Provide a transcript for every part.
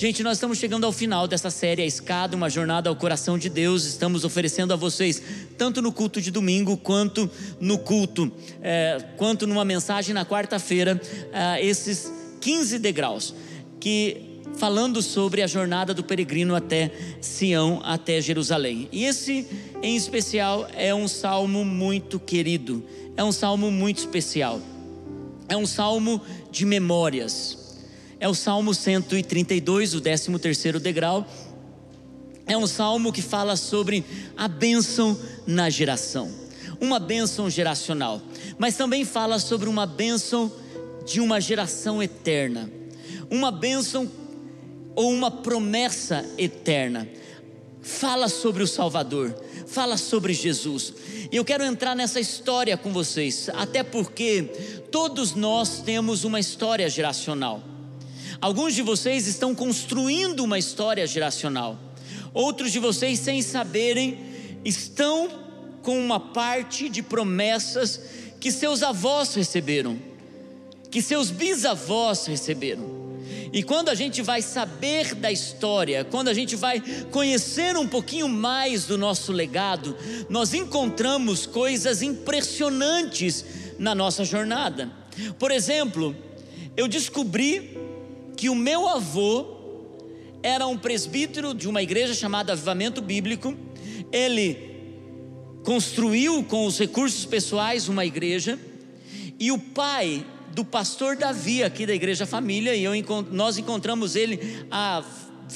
Gente, nós estamos chegando ao final dessa série, A Escada, uma jornada ao coração de Deus. Estamos oferecendo a vocês, tanto no culto de domingo, quanto no culto, quanto numa mensagem na quarta-feira, esses 15 degraus, falando sobre a jornada do peregrino até Sião, até Jerusalém. E esse, em especial, é um salmo muito querido, é um salmo muito especial, é um salmo de memórias. É o Salmo 132, o 13º degrau. É um salmo que fala sobre a bênção na geração, uma bênção geracional, mas também fala sobre uma bênção de uma geração eterna, uma bênção ou uma promessa eterna. Fala sobre o Salvador, fala sobre Jesus. E eu quero entrar nessa história com vocês, até porque todos nós temos uma história geracional. Alguns de vocês estão construindo uma história geracional. Outros de vocês, sem saberem, estão com uma parte de promessas que seus avós receberam, que seus bisavós receberam. E quando a gente vai saber da história, quando a gente vai conhecer um pouquinho mais do nosso legado, nós encontramos coisas impressionantes na nossa jornada. Por exemplo, eu descobri que o meu avô era um presbítero de uma igreja chamada Avivamento Bíblico. Ele construiu com os recursos pessoais uma igreja, e o pai do pastor Davi aqui da Igreja Família, nós encontramos ele há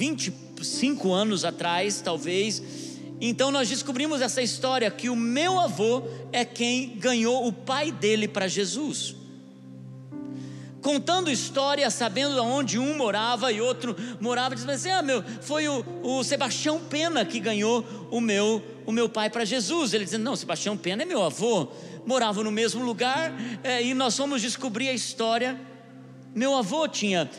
25 anos atrás, talvez. Então nós descobrimos essa história, que o meu avô é quem ganhou o pai dele para Jesus. Contando história, sabendo onde um morava e outro morava, dizendo assim: foi o Sebastião Pena que ganhou o meu pai para Jesus. Ele dizendo: não, Sebastião Pena é meu avô, moravam no mesmo lugar, e nós fomos descobrir a história. Meu avô tinha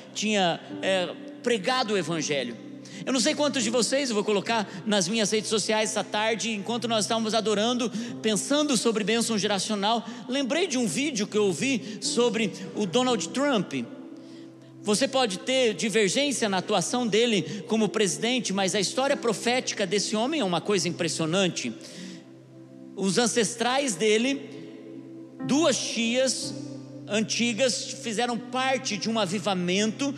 pregado o evangelho. Eu não sei quantos de vocês, eu vou colocar nas minhas redes sociais essa tarde, enquanto nós estávamos adorando, pensando sobre bênção geracional, lembrei de um vídeo que eu ouvi sobre o Donald Trump. Você pode ter divergência na atuação dele como presidente, mas a história profética desse homem é uma coisa impressionante. Os ancestrais dele, duas tias antigas, fizeram parte de um avivamento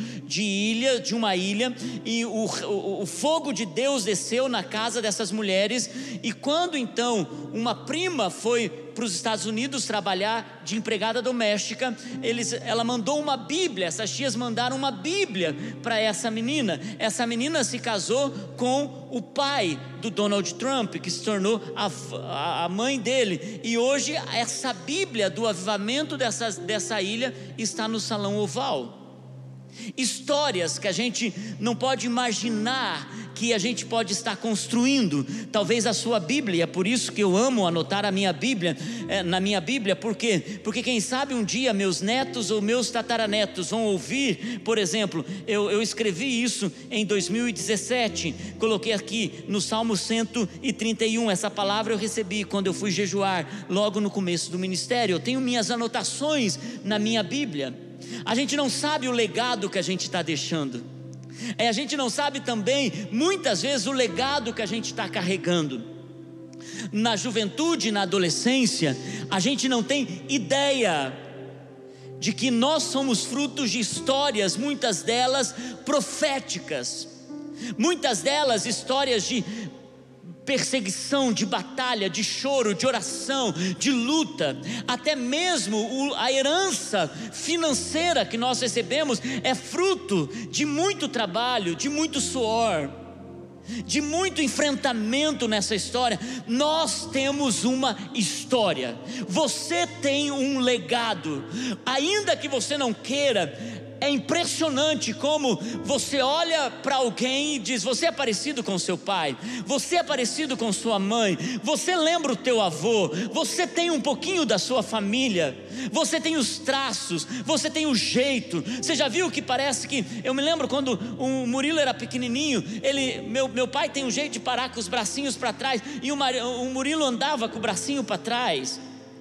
de uma ilha, e o fogo de Deus desceu na casa dessas mulheres. E quando então uma prima foi para os Estados Unidos trabalhar de empregada doméstica, ela mandou uma Bíblia, essas tias mandaram uma Bíblia para essa menina. Essa menina se casou com o pai do Donald Trump, que se tornou a mãe dele, e hoje essa Bíblia do avivamento dessa ilha está no Salão Oval. Histórias que a gente não pode imaginar que a gente pode estar construindo. Talvez a sua Bíblia, é por isso que eu amo anotar a minha Bíblia, na minha Bíblia. Por quê? Porque quem sabe um dia meus netos ou meus tataranetos vão ouvir. Por exemplo, eu escrevi isso em 2017, coloquei aqui no Salmo 131, essa palavra eu recebi quando eu fui jejuar, logo no começo do ministério. Eu tenho minhas anotações na minha Bíblia. A gente não sabe o legado que a gente está deixando, a gente não sabe também, muitas vezes, o legado que a gente está carregando. Na juventude, na adolescência, a gente não tem ideia de que nós somos frutos de histórias, muitas delas proféticas, muitas delas histórias de perseguição, de batalha, de choro, de oração, de luta. Até mesmo a herança financeira que nós recebemos é fruto de muito trabalho, de muito suor, de muito enfrentamento nessa história. Nós temos uma história, você tem um legado, ainda que você não queira. É impressionante como você olha para alguém e diz: você é parecido com seu pai, você é parecido com sua mãe, você lembra o teu avô, você tem um pouquinho da sua família, você tem os traços, você tem o jeito. Você já viu que parece que, eu me lembro quando o Murilo era pequenininho, meu pai tem um jeito de parar com os bracinhos para trás, e o Murilo andava com o bracinho para trás.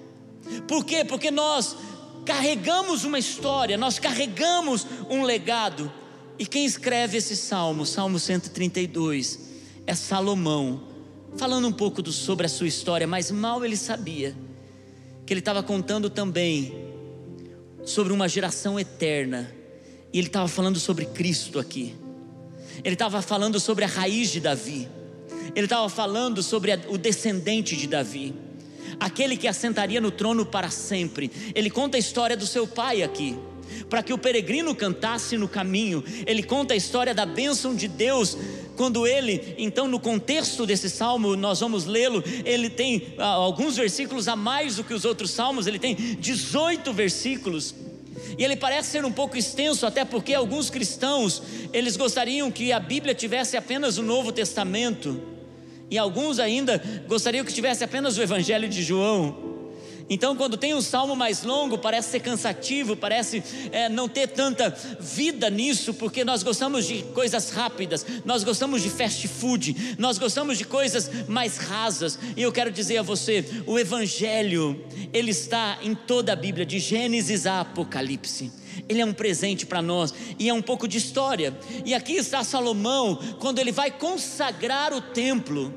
Por quê? Porque nós carregamos uma história, nós carregamos um legado. E quem escreve esse salmo, Salmo 132, é Salomão, falando um pouco sobre a sua história, mas mal ele sabia que ele estava contando também sobre uma geração eterna, e ele estava falando sobre Cristo aqui. Ele estava falando sobre a raiz de Davi, ele estava falando sobre o descendente de Davi, aquele que assentaria no trono para sempre. Ele conta a história do seu pai aqui, para que o peregrino cantasse no caminho. Ele conta a história da bênção de Deus, quando ele, então no contexto desse salmo, nós vamos lê-lo, ele tem alguns versículos a mais do que os outros salmos, ele tem 18 versículos, e ele parece ser um pouco extenso, até porque alguns cristãos, eles gostariam que a Bíblia tivesse apenas o Novo Testamento, e alguns ainda gostariam que tivesse apenas o Evangelho de João. Então quando tem um salmo mais longo, parece ser cansativo, parece não ter tanta vida nisso, porque nós gostamos de coisas rápidas, nós gostamos de fast food, nós gostamos de coisas mais rasas. E eu quero dizer a você, o Evangelho, ele está em toda a Bíblia, de Gênesis a Apocalipse. Ele é um presente para nós, e é um pouco de história. E aqui está Salomão, quando ele vai consagrar o templo,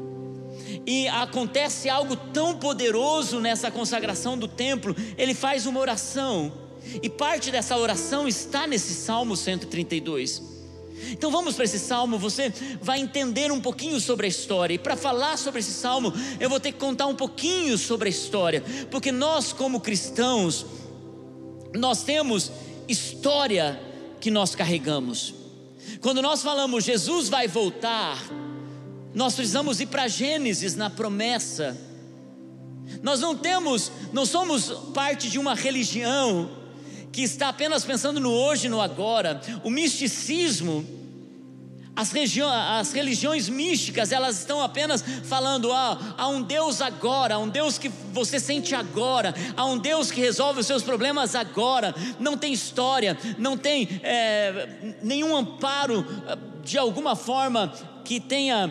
e acontece algo tão poderoso nessa consagração do templo. Ele faz uma oração, e parte dessa oração está nesse Salmo 132. Então vamos para esse salmo, você vai entender um pouquinho sobre a história. E para falar sobre esse salmo, eu vou ter que contar um pouquinho sobre a história, porque nós como cristãos, nós temos história que nós carregamos. Quando nós falamos Jesus vai voltar, nós precisamos ir para Gênesis, na promessa. Nós não somos parte de uma religião que está apenas pensando no hoje e no agora. O misticismo, as religiões místicas, elas estão apenas falando, há um Deus agora, há um Deus que você sente agora, há um Deus que resolve os seus problemas agora. Não tem história, não tem nenhum amparo de alguma forma que tenha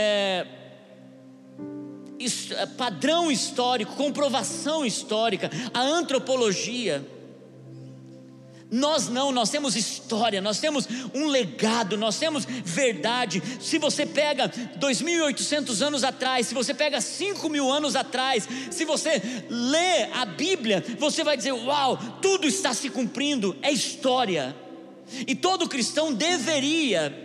padrão histórico, comprovação histórica, a antropologia. Nós não, nós temos história, nós temos um legado, nós temos verdade. Se você pega 2.800 anos atrás, se você pega 5.000 anos atrás, se você lê a Bíblia, você vai dizer, uau, tudo está se cumprindo, é história. E todo cristão deveria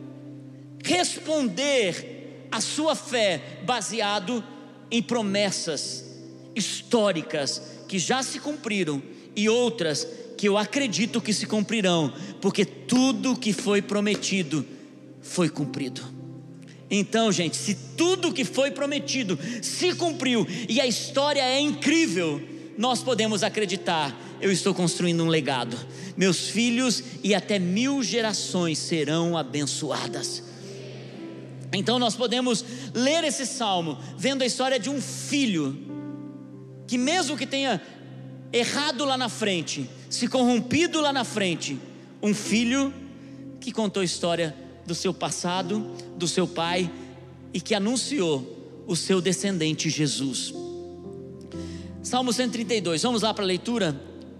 responder a sua fé baseado em promessas históricas que já se cumpriram, e outras que eu acredito que se cumprirão, porque tudo que foi prometido foi cumprido. Então, gente, se tudo que foi prometido se cumpriu, e a história é incrível, nós podemos acreditar, eu estou construindo um legado, meus filhos e até 1000 gerações serão abençoadas. Então nós podemos ler esse salmo, vendo a história de um filho, que mesmo que tenha errado lá na frente, se corrompido lá na frente, um filho que contou a história do seu passado, do seu pai, e que anunciou o seu descendente Jesus. Salmo 132, vamos lá para a leitura.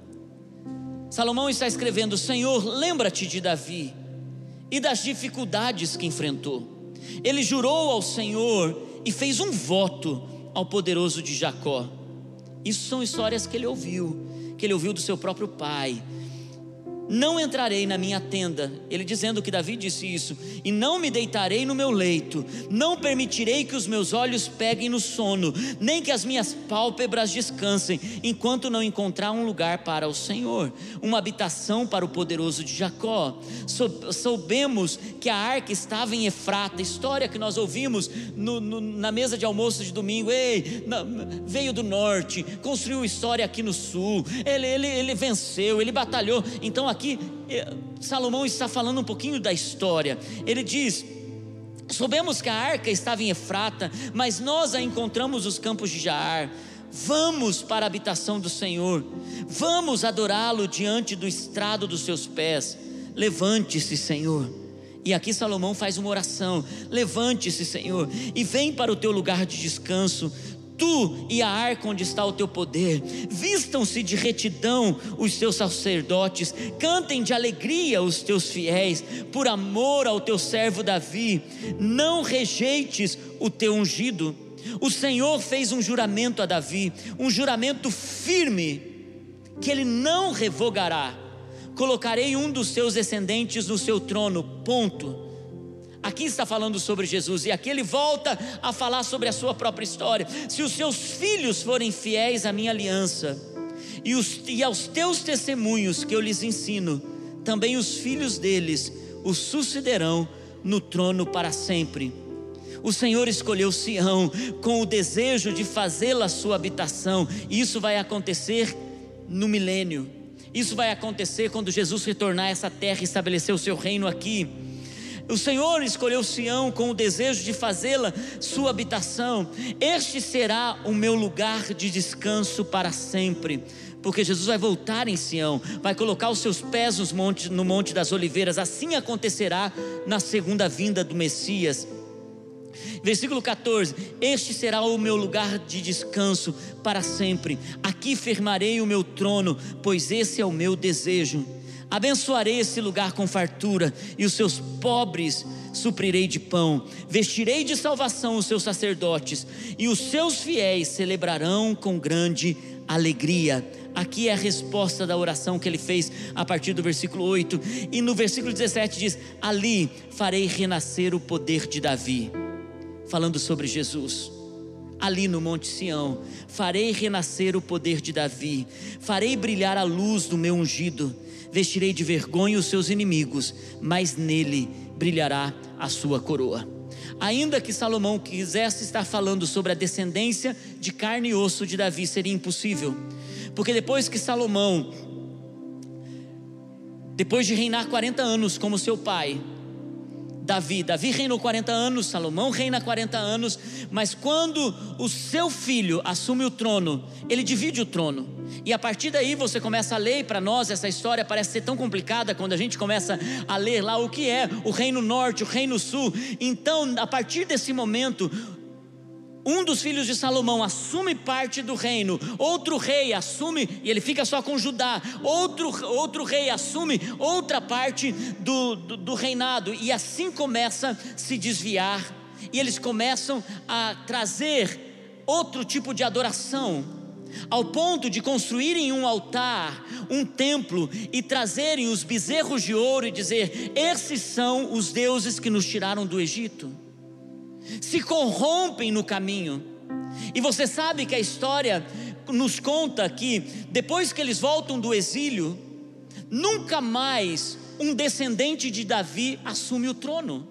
Salomão está escrevendo: Senhor, lembra-te de Davi e das dificuldades que enfrentou. Ele jurou ao Senhor e fez um voto ao poderoso de Jacó. Isso são histórias que ele ouviu do seu próprio pai. Não entrarei na minha tenda, ele dizendo que Davi disse isso, e não me deitarei no meu leito, não permitirei que os meus olhos peguem no sono, nem que as minhas pálpebras descansem, enquanto não encontrar um lugar para o Senhor, uma habitação para o poderoso de Jacó. Soubemos que a arca estava em Efrata, história que nós ouvimos na mesa de almoço de domingo. Veio do norte, construiu história aqui no sul, ele venceu, ele batalhou. Então aqui Salomão está falando um pouquinho da história. Ele diz: soubemos que a arca estava em Efrata, mas nós a encontramos nos campos de Jaar. Vamos para a habitação do Senhor, vamos adorá-lo diante do estrado dos seus pés. Levante-se, Senhor. E aqui Salomão faz uma oração: levante-se, Senhor, e vem para o teu lugar de descanso. tu e a arca onde está o teu poder. Vistam-se de retidão os teus sacerdotes, cantem de alegria os teus fiéis, por amor ao teu servo Davi. Não rejeites o teu ungido. O Senhor fez um juramento a Davi, um juramento firme, que ele não revogará. Colocarei um dos seus descendentes no seu trono, ponto. Aqui está falando sobre Jesus, e aqui ele volta a falar sobre a sua própria história. Se os seus filhos forem fiéis à minha aliança, e aos teus testemunhos que eu lhes ensino, também os filhos deles os sucederão no trono para sempre. O Senhor escolheu Sião com o desejo de fazê-la sua habitação, e isso vai acontecer no milênio. Isso vai acontecer quando Jesus retornar a essa terra e estabelecer o seu reino aqui. O Senhor escolheu Sião com o desejo de fazê-la sua habitação. Este será o meu lugar de descanso para sempre. Porque Jesus vai voltar em Sião, vai colocar os seus pés no Monte das Oliveiras. Assim acontecerá na segunda vinda do Messias. Versículo 14: este será o meu lugar de descanso para sempre. Aqui firmarei o meu trono, pois esse é o meu desejo. Abençoarei esse lugar com fartura, e os seus pobres suprirei de pão. Vestirei de salvação os seus sacerdotes, e os seus fiéis celebrarão com grande alegria. Aqui é a resposta da oração que ele fez a partir do versículo 8. E no versículo 17 diz: ali farei renascer o poder de Davi. Falando sobre Jesus. Ali no Monte Sião farei renascer o poder de Davi. Farei brilhar a luz do meu ungido. Vestirei de vergonha os seus inimigos, mas nele brilhará a sua coroa. Ainda que Salomão quisesse estar falando sobre a descendência de carne e osso de Davi, seria impossível, porque depois que Salomão, depois de reinar 40 anos como seu pai, Davi reinou 40 anos, Salomão reina 40 anos, mas quando o seu filho assume o trono, ele divide o trono, e a partir daí você começa a ler. Para nós essa história parece ser tão complicada quando a gente começa a ler lá o que é o reino norte, o reino sul. Então a partir desse momento, um dos filhos de Salomão assume parte do reino, outro rei assume, e ele fica só com Judá, outro rei assume outra parte do reinado, e assim começa a se desviar, e eles começam a trazer outro tipo de adoração, ao ponto de construírem um altar, um templo, e trazerem os bezerros de ouro e dizer: esses são os deuses que nos tiraram do Egito. Se corrompem no caminho. E você sabe que a história nos conta que depois que eles voltam do exílio, nunca mais um descendente de Davi assume o trono.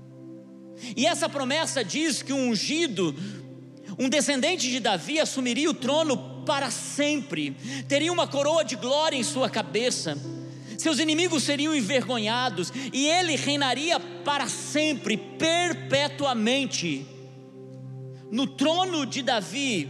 E essa promessa diz que um ungido, um descendente de Davi, assumiria o trono para sempre, teria uma coroa de glória em sua cabeça, seus inimigos seriam envergonhados, e ele reinaria para sempre, perpetuamente, no trono de Davi.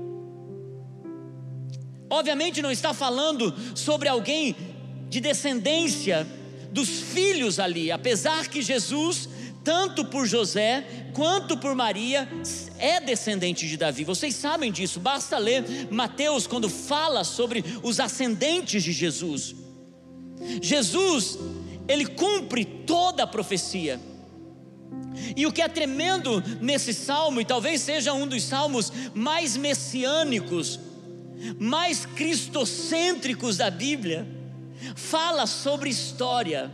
Obviamente não está falando sobre alguém de descendência dos filhos ali, apesar que Jesus, tanto por José quanto por Maria, é descendente de Davi. Vocês sabem disso, basta ler Mateus quando fala sobre os ascendentes de Jesus. Jesus, ele cumpre toda a profecia. E o que é tremendo nesse salmo, e talvez seja um dos salmos mais messiânicos, mais cristocêntricos da Bíblia, fala sobre história,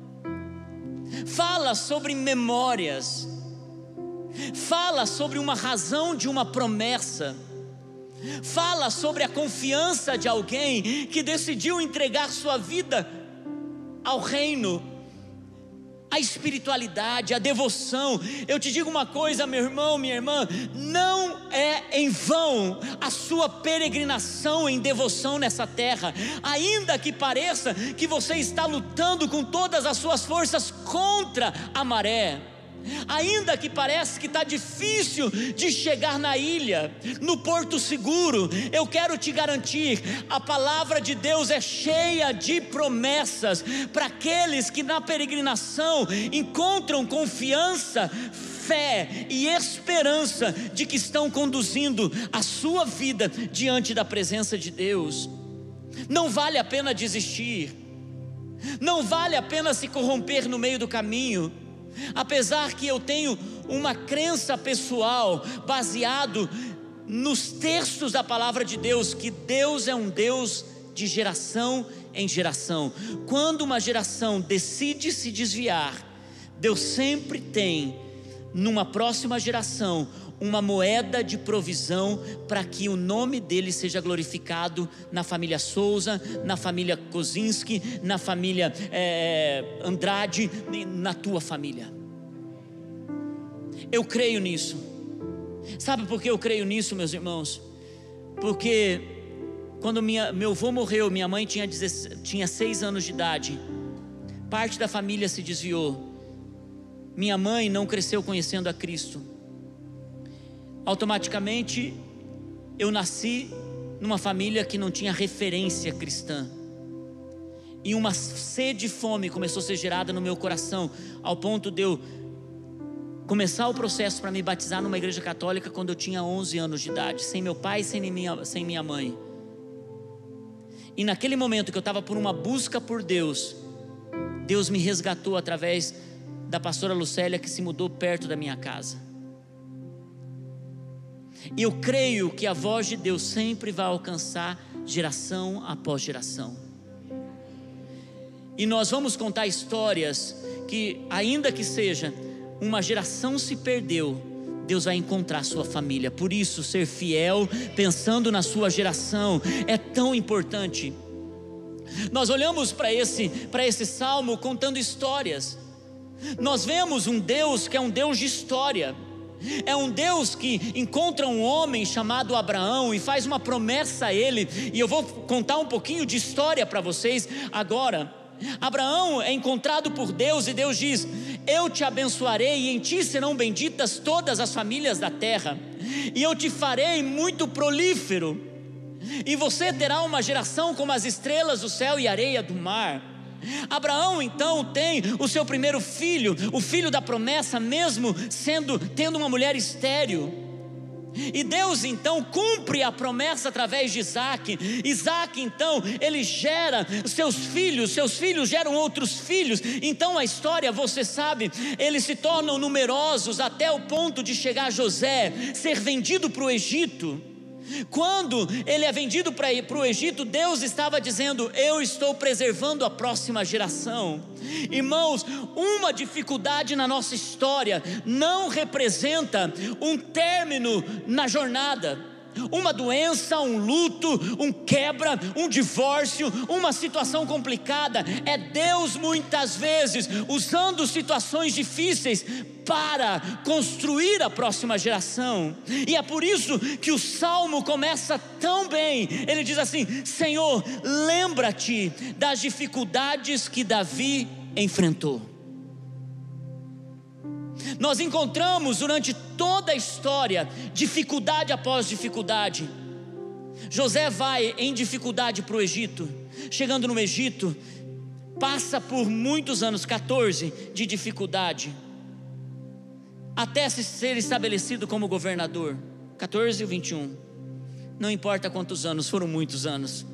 fala sobre memórias, fala sobre uma razão de uma promessa, fala sobre a confiança de alguém que decidiu entregar sua vida ao reino, a espiritualidade, a devoção. Eu te digo uma coisa, meu irmão, minha irmã, não é em vão a sua peregrinação em devoção nessa terra, ainda que pareça que você está lutando com todas as suas forças contra a maré, ainda que pareça que está difícil de chegar na ilha, no porto seguro. Eu quero te garantir, a palavra de Deus é cheia de promessas para aqueles que na peregrinação encontram confiança, fé e esperança de que estão conduzindo a sua vida diante da presença de Deus. Não vale a pena desistir, não vale a pena se corromper no meio do caminho. Apesar que eu tenho uma crença pessoal baseado nos textos da palavra de Deus, que Deus é um Deus de geração em geração. Quando uma geração decide se desviar, Deus sempre tem numa próxima geração uma moeda de provisão para que o nome dele seja glorificado na família Souza, na família Kozinski, na família Andrade, na tua família. Eu creio nisso. Sabe por que eu creio nisso, meus irmãos? Porque quando meu avô morreu, minha mãe tinha 6 anos de idade. Parte da família se desviou. Minha mãe não cresceu conhecendo a Cristo. Automaticamente eu nasci numa família que não tinha referência cristã, e uma sede e fome começou a ser gerada no meu coração, ao ponto de eu começar o processo para me batizar numa igreja católica quando eu tinha 11 anos de idade, sem meu pai, sem minha mãe. E naquele momento que eu estava por uma busca por Deus, Deus me resgatou através da pastora Lucélia, que se mudou perto da minha casa. E eu creio que a voz de Deus sempre vai alcançar geração após geração. E nós vamos contar histórias que, ainda que seja uma geração se perdeu, Deus vai encontrar a sua família. Por isso, ser fiel, pensando na sua geração, é tão importante. Nós olhamos para esse salmo contando histórias. Nós vemos um Deus que é um Deus de história. É um Deus que encontra um homem chamado Abraão e faz uma promessa a ele. E eu vou contar um pouquinho de história para vocês agora. Abraão é encontrado por Deus e Deus diz: eu te abençoarei e em ti serão benditas todas as famílias da terra, e eu te farei muito prolífero, e você terá uma geração como as estrelas do céu e a areia do mar. Abraão então tem o seu primeiro filho, o filho da promessa, mesmo tendo uma mulher estéril. E Deus então cumpre a promessa através de Isaac. Isaac então, ele gera seus filhos geram outros filhos. Então a história, você sabe, eles se tornam numerosos até o ponto de chegar a José, ser vendido para o Egito. Quando ele é vendido para o Egito, Deus estava dizendo: eu estou preservando a próxima geração. Irmãos, uma dificuldade na nossa história não representa um término na jornada. Uma doença, um luto, um quebra, um divórcio, uma situação complicada, é Deus muitas vezes usando situações difíceis para construir a próxima geração. E é por isso que o salmo começa tão bem. Ele diz assim: Senhor, lembra-te das dificuldades que Davi enfrentou. Nós encontramos durante toda a história dificuldade após dificuldade. José vai em dificuldade para o Egito. Chegando no Egito, passa por muitos anos, 14, de dificuldade, até se ser estabelecido como governador. 14 e 21, não importa quantos anos, foram muitos anos.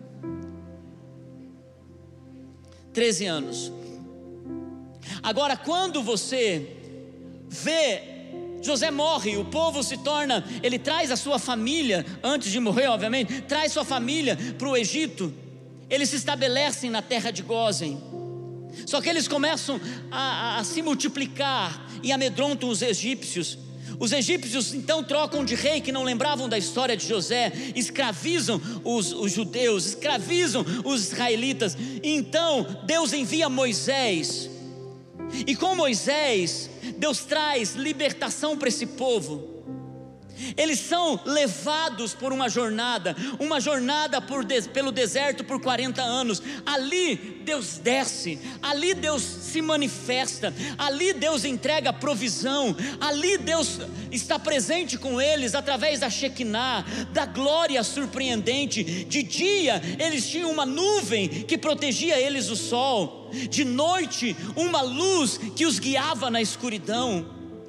13 anos. Agora, quando você vê, José morre, o povo se torna, ele traz a sua família, antes de morrer obviamente, traz sua família para o Egito. Eles se estabelecem na terra de Gósen. Só que eles começam a se multiplicar e amedrontam os egípcios. Os egípcios então trocam de rei, que não lembravam da história de José, escravizam os judeus, escravizam os israelitas. E então Deus envia Moisés, e com Moisés Deus traz libertação para esse povo. Eles são levados por uma jornada pelo deserto por 40 anos. Ali Deus desce, ali Deus se manifesta, ali Deus entrega provisão, ali Deus está presente com eles através da Shekinah, da glória surpreendente. De dia eles tinham uma nuvem que protegia eles do sol, de noite uma luz que os guiava na escuridão.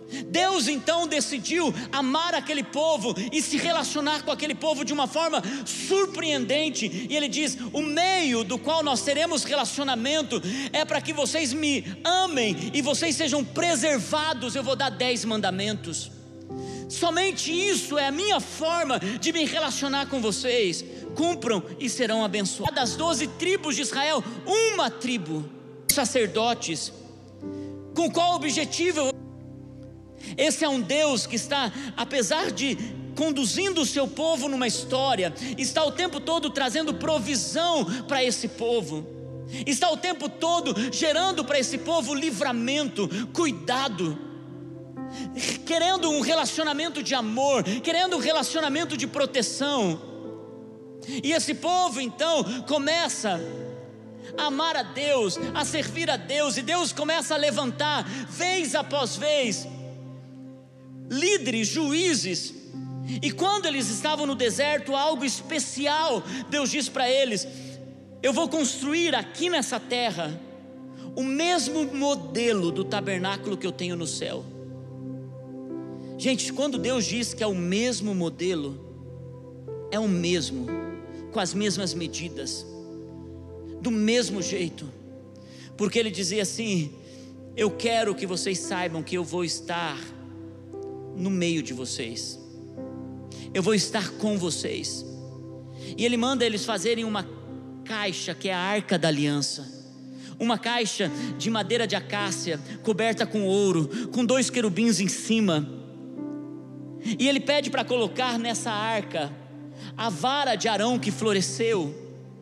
Deus então decidiu amar aquele povo e se relacionar com aquele povo de uma forma surpreendente, e Ele diz: o meio do qual nós teremos relacionamento é para que vocês me amem e vocês sejam preservados. Eu vou dar 10 mandamentos. Somente isso é a minha forma de me relacionar com vocês. Cumpram e serão abençoados. Das 12 tribos de Israel, uma tribo, sacerdotes. Com qual objetivo? Esse é um Deus que está, apesar de conduzindo o seu povo numa história, está o tempo todo trazendo provisão para esse povo, está o tempo todo gerando para esse povo livramento, cuidado, querendo um relacionamento de amor, querendo um relacionamento de proteção. E esse povo então começa a amar a Deus, a servir a Deus, e Deus começa a levantar, vez após vez, líderes, juízes. E quando eles estavam no deserto, algo especial, Deus diz para eles: eu vou construir aqui nessa terra o mesmo modelo do tabernáculo que eu tenho no céu. Gente, quando Deus diz que é o mesmo modelo, é o mesmo, com as mesmas medidas, do mesmo jeito, porque Ele dizia assim: eu quero que vocês saibam que eu vou estar no meio de vocês, eu vou estar com vocês. E Ele manda eles fazerem uma caixa, que é a Arca da Aliança, uma caixa de madeira de acácia, coberta com ouro, com 2 querubins em cima. E Ele pede para colocar nessa arca a vara de Arão que floresceu.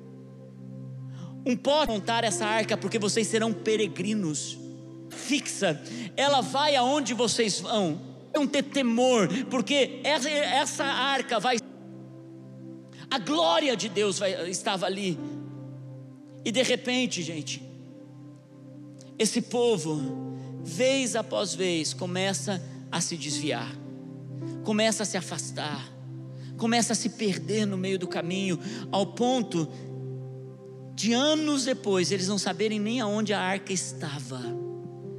Um pote, montar essa arca, porque vocês serão peregrinos. Fixa, ela vai aonde vocês vão. Não ter temor, porque essa arca vai, a glória de Deus estava ali. E de repente, gente, esse povo, vez após vez, começa a se desviar, começa a se afastar, começa a se perder no meio do caminho, ao ponto de anos depois eles não saberem nem aonde a arca estava.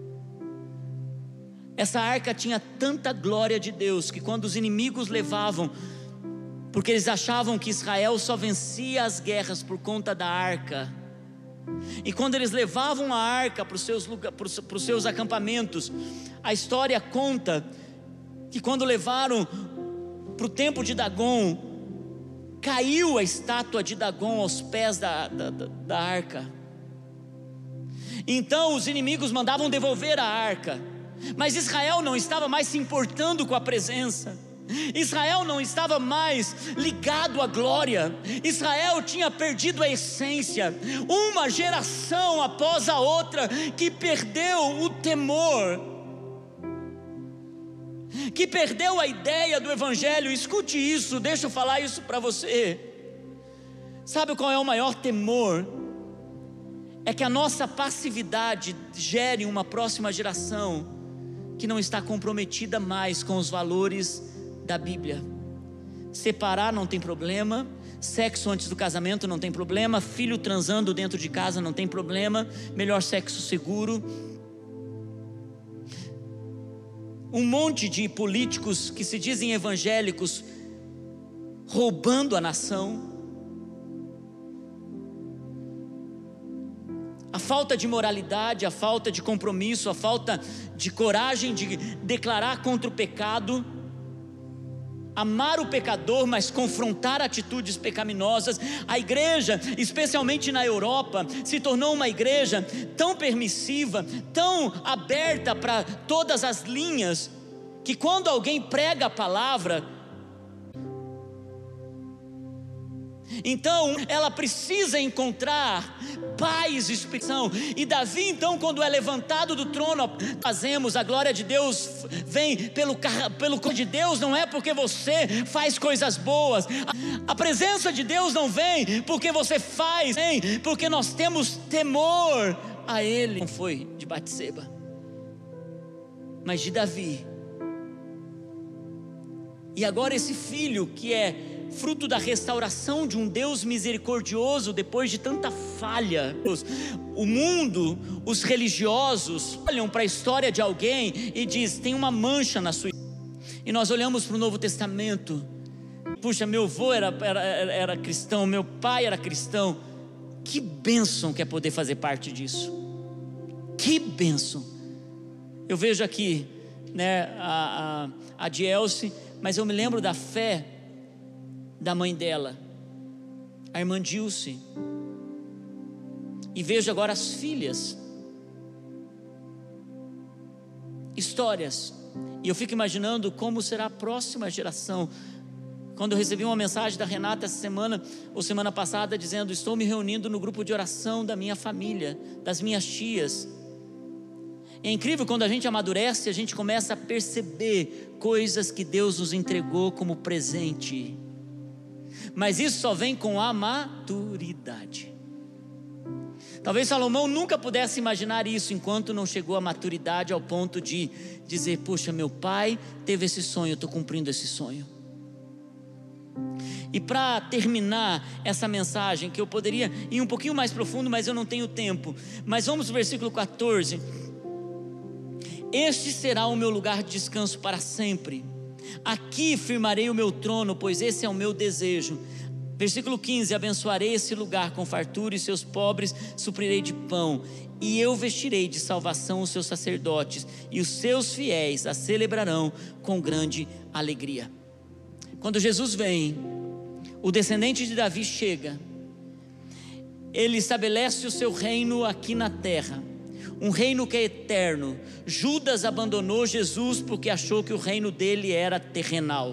Essa arca tinha tanta glória de Deus, que quando os inimigos levavam, porque eles achavam que Israel só vencia as guerras por conta da arca, e quando eles levavam a arca para os seus acampamentos, a história conta que quando levaram para o templo de Dagon, caiu a estátua de Dagon aos pés da arca. Então os inimigos mandavam devolver a arca, mas Israel não estava mais se importando com a presença, Israel não estava mais ligado à glória, Israel tinha perdido a essência. Uma geração após a outra que perdeu o temor, que perdeu a ideia do Evangelho. Escute isso, deixa eu falar isso para você. Sabe qual é o maior temor? É que a nossa passividade gere uma próxima geração que não está comprometida mais com os valores da Bíblia. Separar não tem problema, sexo antes do casamento não tem problema, filho transando dentro de casa não tem problema, melhor sexo seguro. Um monte de políticos que se dizem evangélicos roubando a nação. A falta de moralidade, a falta de compromisso, a falta de coragem de declarar contra o pecado, amar o pecador, mas confrontar atitudes pecaminosas. A igreja, especialmente na Europa, se tornou uma igreja tão permissiva, tão aberta para todas as linhas, que quando alguém prega a palavra, então ela precisa encontrar paz e expressão. E Davi então, quando é levantado do trono, fazemos, a glória de Deus vem pelo corpo de Deus, não é porque você faz coisas boas, a presença de Deus não vem porque você faz, vem porque nós temos temor a Ele. Não foi de Batseba, mas de Davi. E agora esse filho que é fruto da restauração de um Deus misericordioso depois de tanta falha. O mundo, os religiosos olham para a história de alguém e diz: tem uma mancha na sua. E nós olhamos para o Novo Testamento, puxa, meu avô era cristão, meu pai era cristão. Que bênção que é poder fazer parte disso. Que bênção. Eu vejo aqui, né, a Dielce, mas eu me lembro da fé da mãe dela, a irmã Dilce, e vejo agora as filhas, histórias, e eu fico imaginando como será a próxima geração. Quando eu recebi uma mensagem da Renata essa semana, ou semana passada, dizendo: estou me reunindo no grupo de oração da minha família, das minhas tias. É incrível quando a gente amadurece, a gente começa a perceber coisas que Deus nos entregou como presente, mas isso só vem com a maturidade. Talvez Salomão nunca pudesse imaginar isso enquanto não chegou à maturidade, ao ponto de dizer: puxa, meu pai teve esse sonho, eu estou cumprindo esse sonho. E para terminar essa mensagem, que eu poderia ir um pouquinho mais profundo, mas eu não tenho tempo, mas vamos para o versículo 14. Este será o meu lugar de descanso para sempre, aqui firmarei o meu trono, pois esse é o meu desejo. Versículo 15: abençoarei esse lugar com fartura, e seus pobres suprirei de pão, e eu vestirei de salvação os seus sacerdotes, e os seus fiéis a celebrarão com grande alegria. Quando Jesus vem, o descendente de Davi chega, ele estabelece o seu reino aqui na terra, um reino que é eterno. Judas abandonou Jesus porque achou que o reino dele era terrenal,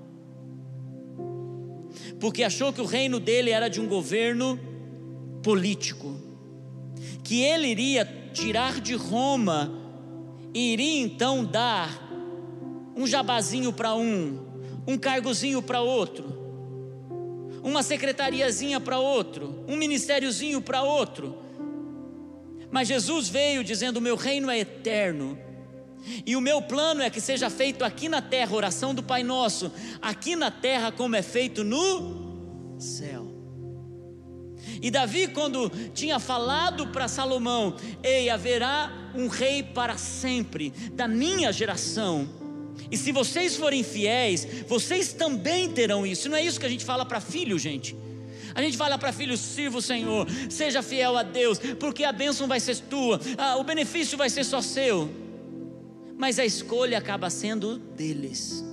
porque achou que o reino dele era de um governo político, que ele iria tirar de Roma e iria então dar um jabazinho para um cargozinho para outro, uma secretariazinha para outro, um ministériozinho para outro. Mas Jesus veio dizendo: o meu reino é eterno, e o meu plano é que seja feito aqui na terra, oração do Pai Nosso, aqui na terra como é feito no céu. E Davi, quando tinha falado para Salomão: ei, haverá um rei para sempre, da minha geração, e se vocês forem fiéis, vocês também terão isso. Não é isso que a gente fala para filho, gente. A gente fala para filho: sirva o Senhor, seja fiel a Deus, porque a bênção vai ser tua, o benefício vai ser só seu. Mas a escolha acaba sendo deles.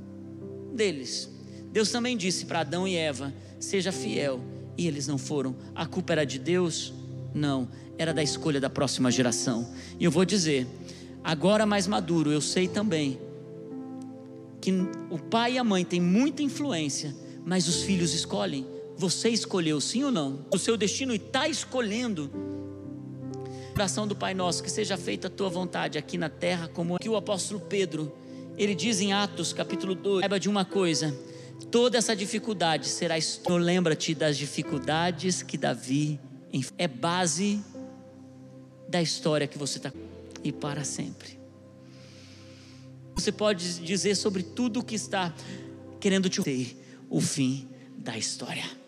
Deus também disse para Adão e Eva: seja fiel, e eles não foram. A culpa era de Deus? Não, era da escolha da próxima geração. E eu vou dizer, agora mais maduro, eu sei também que o pai e a mãe têm muita influência, mas os filhos escolhem. Você escolheu, sim ou não? O seu destino está escolhendo. Oração do Pai Nosso: que seja feita a tua vontade aqui na terra como aqui. O apóstolo Pedro, ele diz em Atos capítulo 2, saiba de uma coisa: toda essa dificuldade será história. Lembra-te das dificuldades que Davi é base da história que você está, e para sempre. Você pode dizer sobre tudo o que está querendo te ter o fim da história.